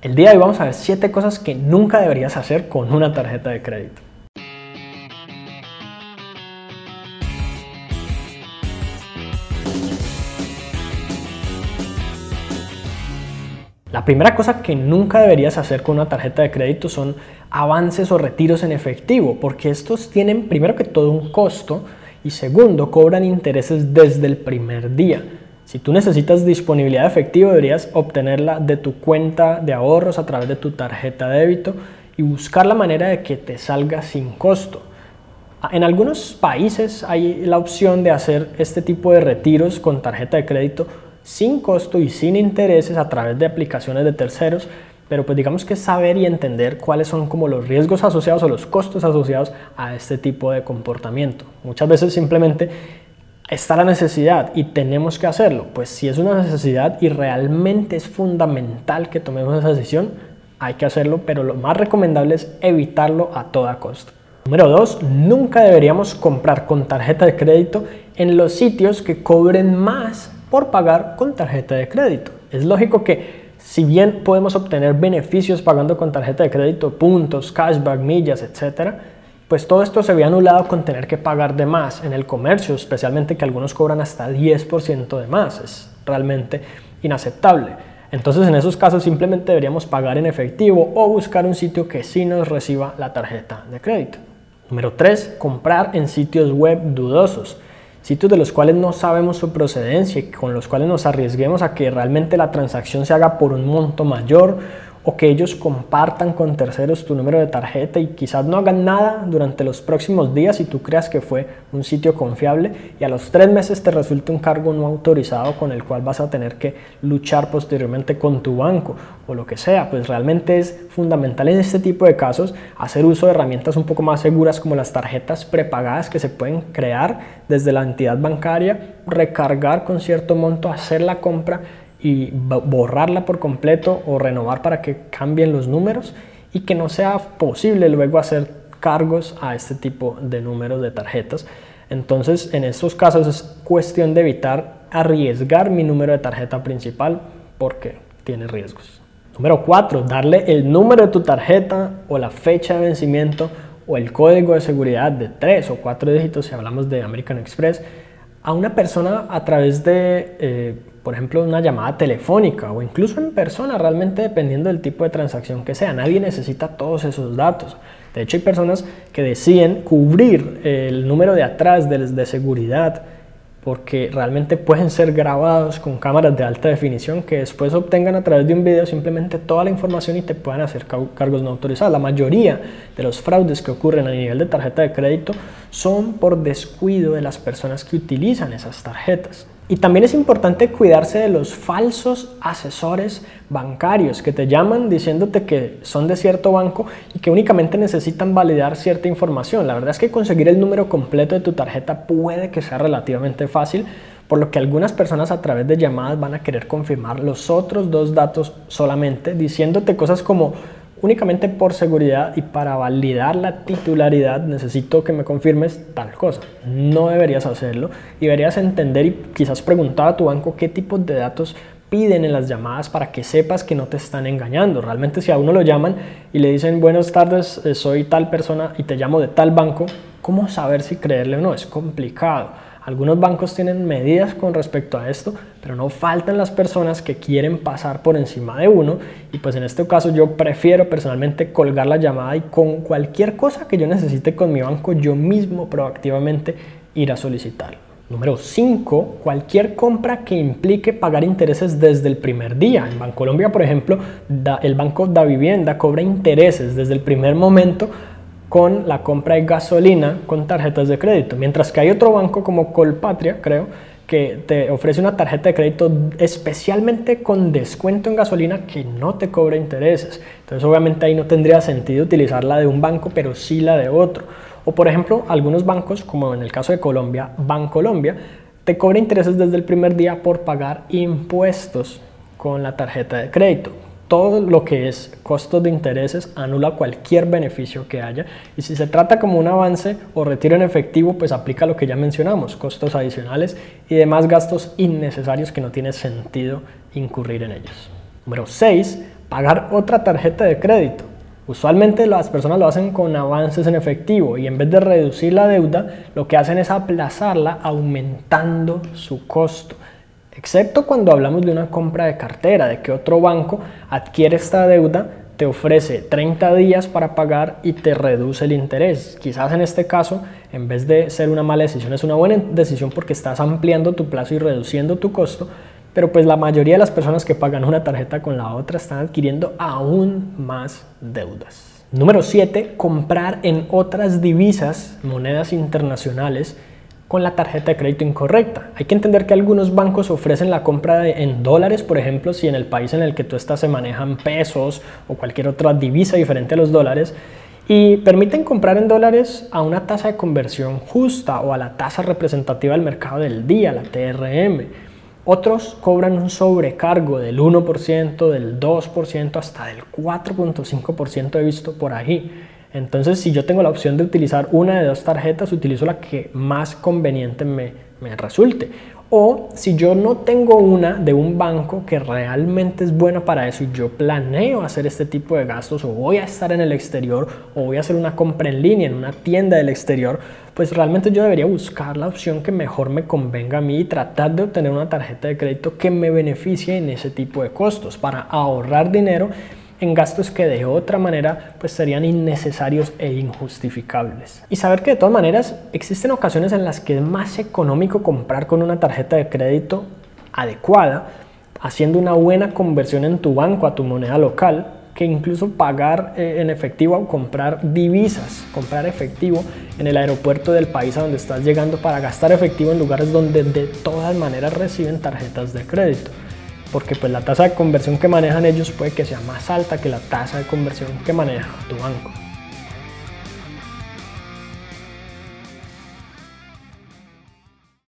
El día de hoy vamos a ver 7 cosas que nunca deberías hacer con una tarjeta de crédito. La primera cosa que nunca deberías hacer con una tarjeta de crédito son avances o retiros en efectivo, porque estos tienen primero que todo un costo y segundo cobran intereses desde el primer día. Si tú necesitas disponibilidad de efectivo, deberías obtenerla de tu cuenta de ahorros a través de tu tarjeta de débito y buscar la manera de que te salga sin costo. En algunos países hay la opción de hacer este tipo de retiros con tarjeta de crédito sin costo y sin intereses a través de aplicaciones de terceros, pero pues digamos que saber y entender cuáles son como los riesgos asociados o los costos asociados a este tipo de comportamiento. Muchas veces simplemente está la necesidad y tenemos que hacerlo. Pues si es una necesidad y realmente es fundamental que tomemos esa decisión, hay que hacerlo, pero lo más recomendable es evitarlo a toda costa. Número 2, nunca deberíamos comprar con tarjeta de crédito en los sitios que cobren más por pagar con tarjeta de crédito. Es lógico que si bien podemos obtener beneficios pagando con tarjeta de crédito, puntos, cashback, millas, etcétera, pues todo esto se ve anulado con tener que pagar de más en el comercio, especialmente que algunos cobran hasta 10% de más. Es realmente inaceptable. Entonces en esos casos simplemente deberíamos pagar en efectivo o buscar un sitio que sí nos reciba la tarjeta de crédito. Número 3, comprar en sitios web dudosos. Sitios de los cuales no sabemos su procedencia y con los cuales nos arriesguemos a que realmente la transacción se haga por un monto mayor o que ellos compartan con terceros tu número de tarjeta y quizás no hagan nada durante los próximos días y tú creas que fue un sitio confiable y a los 3 meses te resulta un cargo no autorizado con el cual vas a tener que luchar posteriormente con tu banco o lo que sea. Pues realmente es fundamental en este tipo de casos hacer uso de herramientas un poco más seguras como las tarjetas prepagadas que se pueden crear desde la entidad bancaria, recargar con cierto monto, hacer la compra y borrarla por completo o renovar para que cambien los números y que no sea posible luego hacer cargos a este tipo de números de tarjetas. Entonces en estos casos es cuestión de evitar arriesgar mi número de tarjeta principal porque tiene riesgos. Número 4, darle el número de tu tarjeta o la fecha de vencimiento o el código de seguridad de 3 o 4 dígitos si hablamos de American Express a una persona a través de por ejemplo, una llamada telefónica o incluso en persona, realmente dependiendo del tipo de transacción que sea. Nadie necesita todos esos datos. De hecho, hay personas que deciden cubrir el número de atrás de seguridad porque realmente pueden ser grabados con cámaras de alta definición que después obtengan a través de un video simplemente toda la información y te puedan hacer cargos no autorizados. La mayoría de los fraudes que ocurren a nivel de tarjeta de crédito son por descuido de las personas que utilizan esas tarjetas. Y también es importante cuidarse de los falsos asesores bancarios que te llaman diciéndote que son de cierto banco y que únicamente necesitan validar cierta información. La verdad es que conseguir el número completo de tu tarjeta puede que sea relativamente fácil, por lo que algunas personas a través de llamadas van a querer confirmar los otros 2 datos solamente, diciéndote cosas como: únicamente por seguridad y para validar la titularidad necesito que me confirmes tal cosa. No deberías hacerlo y deberías entender y quizás preguntar a tu banco qué tipos de datos piden en las llamadas para que sepas que no te están engañando. Realmente si a uno lo llaman y le dicen: buenas tardes, soy tal persona y te llamo de tal banco, ¿cómo saber si creerle o no? Es complicado. Algunos bancos tienen medidas con respecto a esto, pero no faltan las personas que quieren pasar por encima de uno y pues en este caso yo prefiero personalmente colgar la llamada y con cualquier cosa que yo necesite con mi banco yo mismo proactivamente ir a solicitarlo. Número 5, cualquier compra que implique pagar intereses desde el primer día. En Bancolombia, por ejemplo, el Banco Davivienda cobra intereses desde el primer momento con la compra de gasolina con tarjetas de crédito, mientras que hay otro banco como Colpatria, creo, que te ofrece una tarjeta de crédito especialmente con descuento en gasolina que no te cobra intereses. Entonces obviamente ahí no tendría sentido utilizar la de un banco, pero sí la de otro. O por ejemplo, algunos bancos, como en el caso de Colombia, Bancolombia, te cobra intereses desde el primer día por pagar impuestos con la tarjeta de crédito. Todo lo que es costos de intereses anula cualquier beneficio que haya y si se trata como un avance o retiro en efectivo, pues aplica lo que ya mencionamos, costos adicionales y demás gastos innecesarios que no tiene sentido incurrir en ellos. Número 6. pagar otra tarjeta de crédito. Usualmente las personas lo hacen con avances en efectivo y en vez de reducir la deuda, lo que hacen es aplazarla aumentando su costo. Excepto cuando hablamos de una compra de cartera, de que otro banco adquiere esta deuda, te ofrece 30 días para pagar y te reduce el interés. Quizás en este caso, en vez de ser una mala decisión, es una buena decisión porque estás ampliando tu plazo y reduciendo tu costo, pero pues la mayoría de las personas que pagan una tarjeta con la otra están adquiriendo aún más deudas. Número 7. Comprar en otras divisas, monedas internacionales, con la tarjeta de crédito incorrecta. Hay que entender que algunos bancos ofrecen la compra en dólares, por ejemplo, si en el país en el que tú estás se manejan pesos o cualquier otra divisa diferente a los dólares, y permiten comprar en dólares a una tasa de conversión justa o a la tasa representativa del mercado del día, la TRM. Otros cobran un sobrecargo del 1%, del 2%, hasta del 4.5% he visto por ahí. Entonces, si yo tengo la opción de utilizar una de dos tarjetas, utilizo la que más conveniente me resulte. O si yo no tengo una de un banco que realmente es buena para eso y yo planeo hacer este tipo de gastos, o voy a estar en el exterior, o voy a hacer una compra en línea en una tienda del exterior, pues realmente yo debería buscar la opción que mejor me convenga a mí y tratar de obtener una tarjeta de crédito que me beneficie en ese tipo de costos para ahorrar dinero en gastos que de otra manera pues serían innecesarios e injustificables. Y saber que de todas maneras existen ocasiones en las que es más económico comprar con una tarjeta de crédito adecuada, haciendo una buena conversión en tu banco a tu moneda local, que incluso pagar en efectivo o comprar divisas, comprar efectivo en el aeropuerto del país a donde estás llegando para gastar efectivo en lugares donde de todas maneras reciben tarjetas de crédito. Porque pues la tasa de conversión que manejan ellos puede que sea más alta que la tasa de conversión que maneja tu banco.